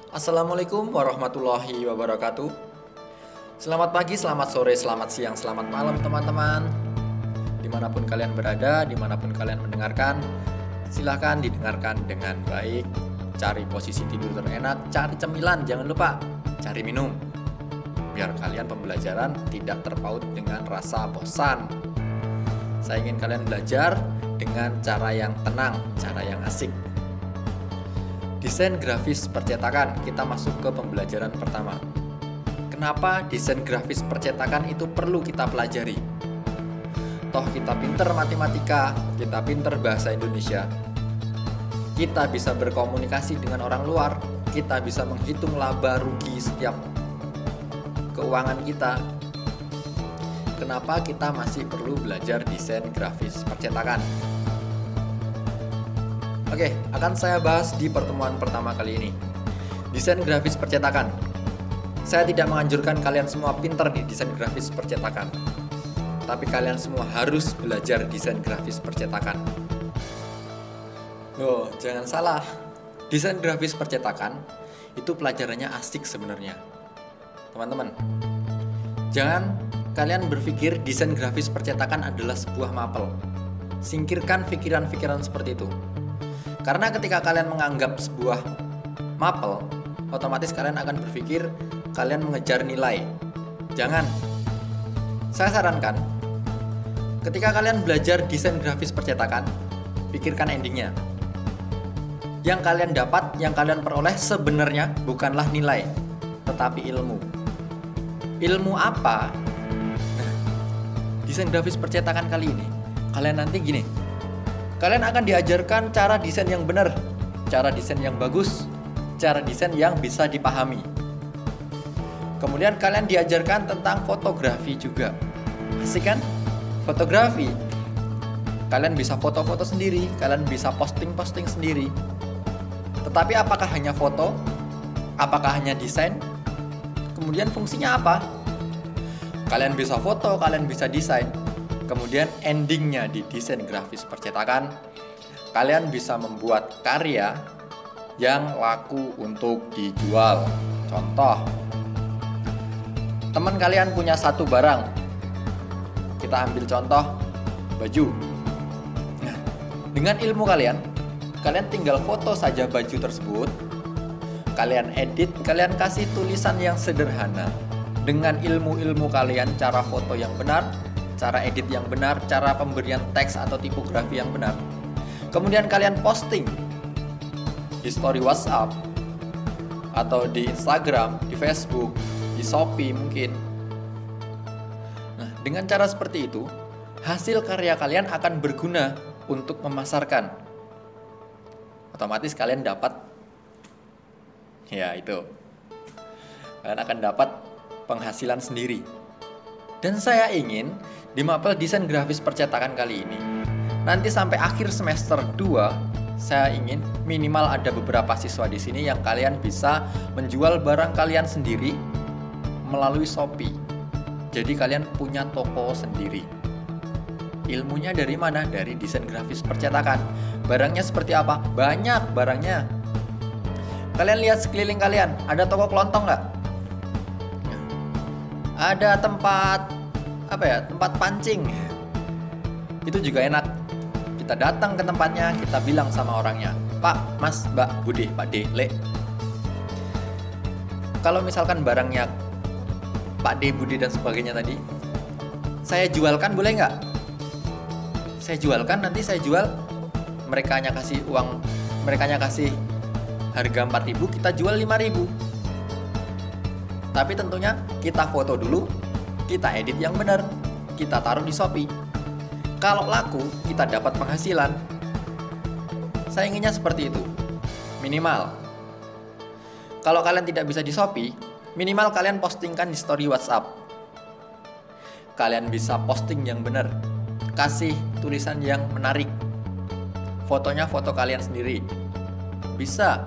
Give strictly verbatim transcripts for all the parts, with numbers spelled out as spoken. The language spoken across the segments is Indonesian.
Assalamualaikum warahmatullahi wabarakatuh. Selamat pagi, selamat sore, selamat siang, selamat malam teman-teman. Dimanapun kalian berada, dimanapun kalian mendengarkan, silahkan didengarkan dengan baik. Cari posisi tidur terenak, cari cemilan, jangan lupa cari minum, biar kalian pembelajaran tidak terpaut dengan rasa bosan. Saya ingin kalian belajar dengan cara yang tenang, cara yang asik. Desain grafis percetakan, kita masuk ke pembelajaran pertama. Kenapa desain grafis percetakan itu perlu kita pelajari? Toh kita pinter matematika, kita pinter bahasa Indonesia, kita bisa berkomunikasi dengan orang luar, kita bisa menghitung laba rugi setiap keuangan kita. Kenapa kita masih perlu belajar desain grafis percetakan? Oke, akan saya bahas di pertemuan pertama kali ini. Desain grafis percetakan. Saya tidak menganjurkan kalian semua pinter di desain grafis percetakan, tapi kalian semua harus belajar desain grafis percetakan. Loh, jangan salah. Desain grafis percetakan itu pelajarannya asik sebenarnya. Teman-teman, jangan kalian berpikir desain grafis percetakan adalah sebuah mapel. Singkirkan pikiran-pikiran seperti itu. Karena ketika kalian menganggap sebuah mapel, otomatis kalian akan berpikir kalian mengejar nilai. Jangan. Saya sarankan, ketika kalian belajar desain grafis percetakan, pikirkan endingnya. Yang kalian dapat, yang kalian peroleh sebenarnya bukanlah nilai, tetapi ilmu. Ilmu apa? Nah, desain grafis percetakan kali ini, kalian nanti gini, kalian akan diajarkan cara desain yang benar, cara desain yang bagus, cara desain yang bisa dipahami. Kemudian kalian diajarkan tentang fotografi juga. Asik kan? Fotografi. Kalian bisa foto-foto sendiri, kalian bisa posting-posting sendiri. Tetapi apakah hanya foto? Apakah hanya desain? Kemudian fungsinya apa? Kalian bisa foto, kalian bisa desain. Kemudian endingnya di desain grafis percetakan, kalian bisa membuat karya yang laku untuk dijual. Contoh, teman kalian punya satu barang. Kita ambil contoh baju. Nah, dengan ilmu kalian, kalian tinggal foto saja baju tersebut. Kalian edit, kalian kasih tulisan yang sederhana. Dengan ilmu-ilmu kalian, cara foto yang benar, cara edit yang benar, cara pemberian teks atau tipografi yang benar. Kemudian kalian posting di story WhatsApp atau di Instagram, di Facebook, di Shopee mungkin. Nah, dengan cara seperti itu, hasil karya kalian akan berguna untuk memasarkan. Otomatis kalian dapat, ya itu, kalian akan dapat penghasilan sendiri. Dan saya ingin di mapel desain grafis percetakan kali ini, nanti sampai akhir semester dua, saya ingin minimal ada beberapa siswa di sini yang kalian bisa menjual barang kalian sendiri melalui Shopee. Jadi kalian punya toko sendiri. Ilmunya dari mana? Dari desain grafis percetakan. Barangnya seperti apa? Banyak barangnya. Kalian lihat sekeliling kalian, ada toko kelontong nggak? Ada tempat apa ya, tempat pancing. Itu juga enak. Kita datang ke tempatnya, kita bilang sama orangnya, Pak, Mas, Mbak, Bude, Pak D, Le. Kalau misalkan barangnya Pak D, Bude dan sebagainya tadi, saya jualkan boleh nggak? Saya jualkan, nanti saya jual, mereka hanya kasih uang, mereka hanya kasih harga empat ribu, kita jual lima ribu. Tapi tentunya kita foto dulu, kita edit yang benar, kita taruh di Shopee. Kalau laku, kita dapat penghasilan. Saya inginnya seperti itu. Minimal. Kalau kalian tidak bisa di Shopee, minimal kalian postingkan di story WhatsApp. Kalian bisa posting yang benar. Kasih tulisan yang menarik. Fotonya foto kalian sendiri. Bisa.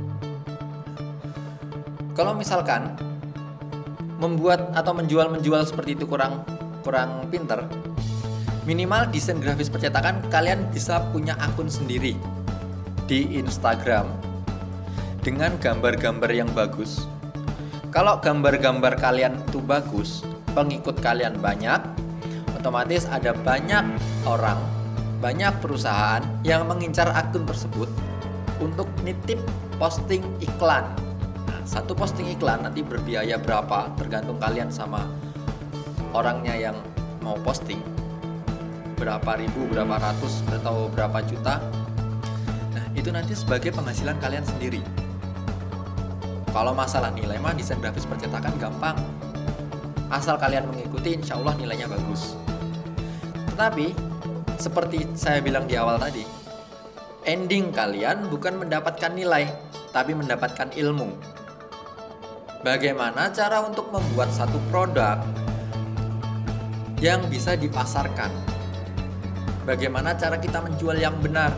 Kalau misalkan membuat atau menjual-menjual seperti itu kurang kurang pinter, minimal desain grafis percetakan kalian bisa punya akun sendiri di Instagram. dengan gambar-gambar yang bagus. Kalau gambar-gambar kalian itu bagus, pengikut kalian banyak, otomatis ada banyak orang, banyak perusahaan yang mengincar akun tersebut untuk nitip posting iklan. Nah, satu posting iklan nanti berbiaya berapa, tergantung kalian sama orangnya yang mau posting. Berapa ribu, berapa ratus, atau berapa juta. Nah, itu nanti sebagai penghasilan kalian sendiri. Kalau masalah nilai mah desain grafis percetakan gampang. Asal kalian mengikuti, insya Allah nilainya bagus. Tetapi, seperti saya bilang di awal tadi, ending kalian bukan mendapatkan nilai, tapi mendapatkan ilmu. Bagaimana cara untuk membuat satu produk yang bisa dipasarkan? Bagaimana cara kita menjual yang benar?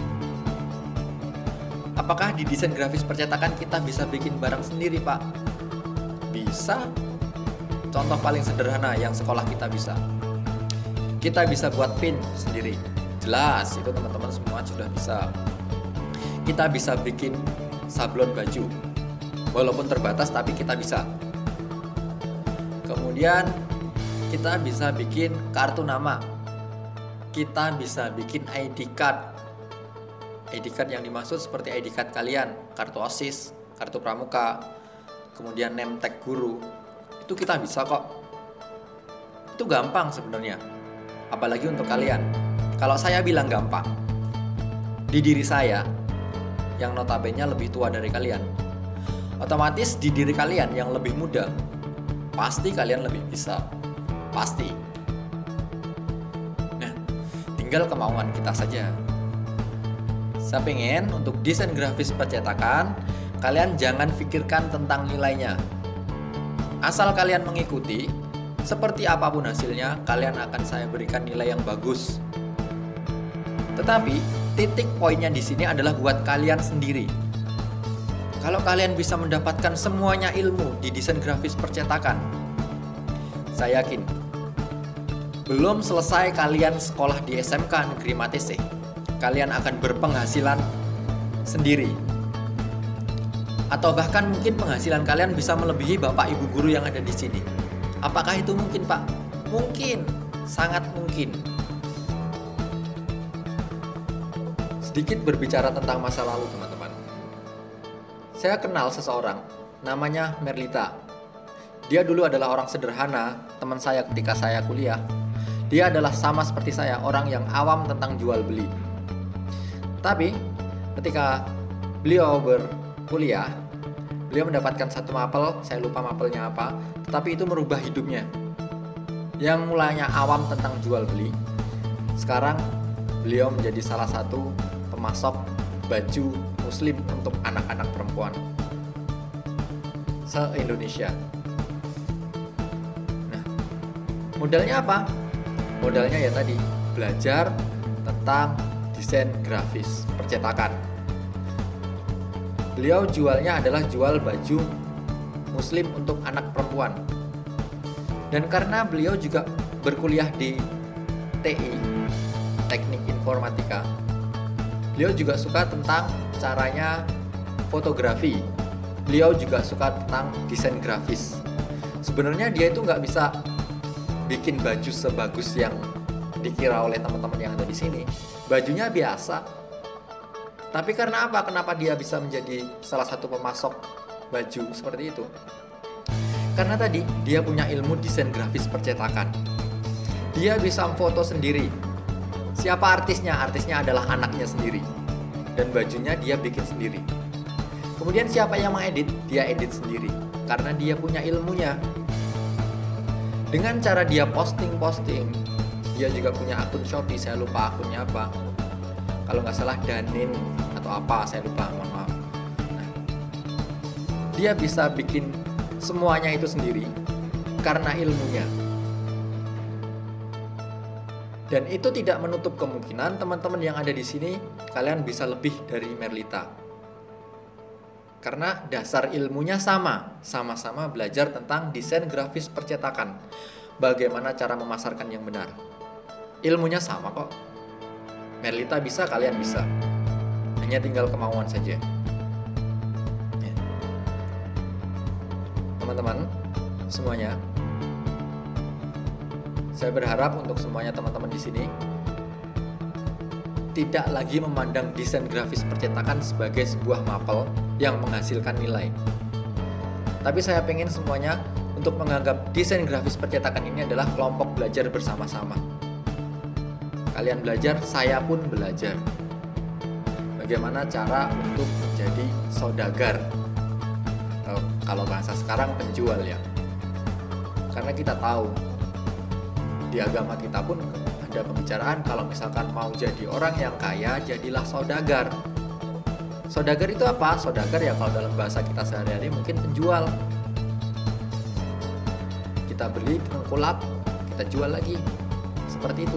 Apakah di desain grafis percetakan kita bisa bikin barang sendiri, Pak? Bisa. Contoh paling sederhana yang sekolah kita bisa. Kita bisa buat pin sendiri. Jelas, itu teman-teman semua sudah bisa. Kita bisa bikin sablon baju. Walaupun terbatas, tapi kita bisa. Kemudian, kita bisa bikin kartu nama. Kita bisa bikin I D card. I D card yang dimaksud seperti I D card kalian, kartu OSIS, kartu pramuka, kemudian name tag guru. Itu kita bisa kok. Itu gampang sebenarnya. Apalagi untuk kalian. Kalau saya bilang gampang, di diri saya yang notabene lebih tua dari kalian, otomatis di diri kalian yang lebih muda, pasti kalian lebih bisa. Pasti. Nah, tinggal kemauan kita saja. Saya pengen untuk desain grafis percetakan, kalian jangan pikirkan tentang nilainya. Asal kalian mengikuti, seperti apapun hasilnya, kalian akan saya berikan nilai yang bagus. Tetapi, titik poinnya di sini adalah buat kalian sendiri. Kalau kalian bisa mendapatkan semuanya ilmu di desain grafis percetakan, saya yakin, belum selesai kalian sekolah di S M K Negeri Matese, kalian akan berpenghasilan sendiri. Atau bahkan mungkin penghasilan kalian bisa melebihi bapak ibu guru yang ada di sini. Apakah itu mungkin, Pak? Mungkin, sangat mungkin. Sedikit berbicara tentang masa lalu, teman-teman. Saya kenal seseorang, namanya Merlita. Dia dulu adalah orang sederhana, teman saya ketika saya kuliah. Dia adalah sama seperti saya, orang yang awam tentang jual beli. Tapi ketika beliau berkuliah, beliau mendapatkan satu mapel, saya lupa mapelnya apa, tetapi itu merubah hidupnya. Yang mulanya awam tentang jual beli, sekarang beliau menjadi salah satu pemasok baju muslim untuk anak-anak perempuan se-Indonesia. Nah, modalnya apa? Modalnya ya tadi, belajar tentang desain grafis percetakan. Beliau jualnya adalah jual baju muslim untuk anak perempuan. Dan karena beliau juga berkuliah di T I, Teknik Informatika, beliau juga suka tentang caranya fotografi. Beliau juga suka tentang desain grafis. Sebenarnya dia itu nggak bisa bikin baju sebagus yang dikira oleh teman-teman yang ada di sini. Bajunya biasa. Tapi karena apa? Kenapa dia bisa menjadi salah satu pemasok baju seperti itu? Karena tadi dia punya ilmu desain grafis percetakan. Dia bisa foto sendiri. Siapa artisnya? Artisnya adalah anaknya sendiri. Dan bajunya dia bikin sendiri. Kemudian siapa yang mengedit? Dia edit sendiri. Karena dia punya ilmunya. Dengan cara dia posting-posting, dia juga punya akun Shopee, saya lupa akunnya apa. Kalau nggak salah Danin atau apa, saya lupa, mohon maaf. Nah, dia bisa bikin semuanya itu sendiri karena ilmunya. Dan itu tidak menutup kemungkinan teman-teman yang ada di sini kalian bisa lebih dari Merlita. Karena dasar ilmunya sama, sama-sama belajar tentang desain grafis percetakan. Bagaimana cara memasarkan yang benar. Ilmunya sama kok. Merlita bisa, kalian bisa. Hanya tinggal kemauan saja. teman-teman semuanya, saya berharap untuk semuanya teman-teman di sini tidak lagi memandang desain grafis percetakan sebagai sebuah mapel yang menghasilkan nilai. Tapi saya pengen semuanya untuk menganggap desain grafis percetakan ini adalah kelompok belajar bersama-sama. Kalian belajar, saya pun belajar. Bagaimana cara untuk menjadi saudagar, atau kalau bahasa sekarang penjual ya. Karena kita tahu di agama kita pun ada pembicaraan kalau misalkan mau jadi orang yang kaya, jadilah saudagar. Saudagar itu apa? Saudagar ya kalau dalam bahasa kita sehari-hari mungkin penjual. Kita beli, tengkulap, kita jual lagi. Seperti itu.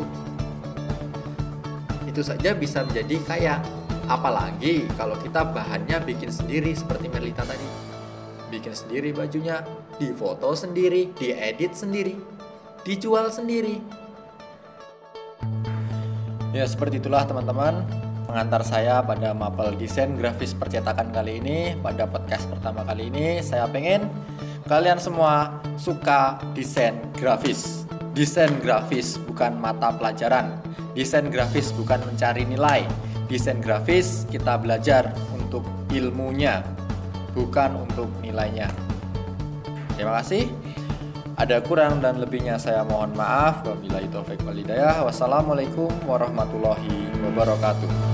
Itu saja bisa menjadi kaya. Apalagi kalau kita bahannya bikin sendiri seperti Merlita tadi. Bikin sendiri bajunya, difoto sendiri, diedit sendiri, dijual sendiri. Ya seperti itulah teman-teman pengantar saya pada mapel desain grafis percetakan kali ini. Pada podcast pertama kali ini saya pengen kalian semua suka desain grafis. Desain grafis bukan mata pelajaran. Desain grafis bukan mencari nilai. Desain grafis kita belajar untuk ilmunya, bukan untuk nilainya. Terima kasih. Ada kurang dan lebihnya saya mohon maaf. Wabillahi taufiq wal hidayah. Wassalamualaikum warahmatullahi wabarakatuh.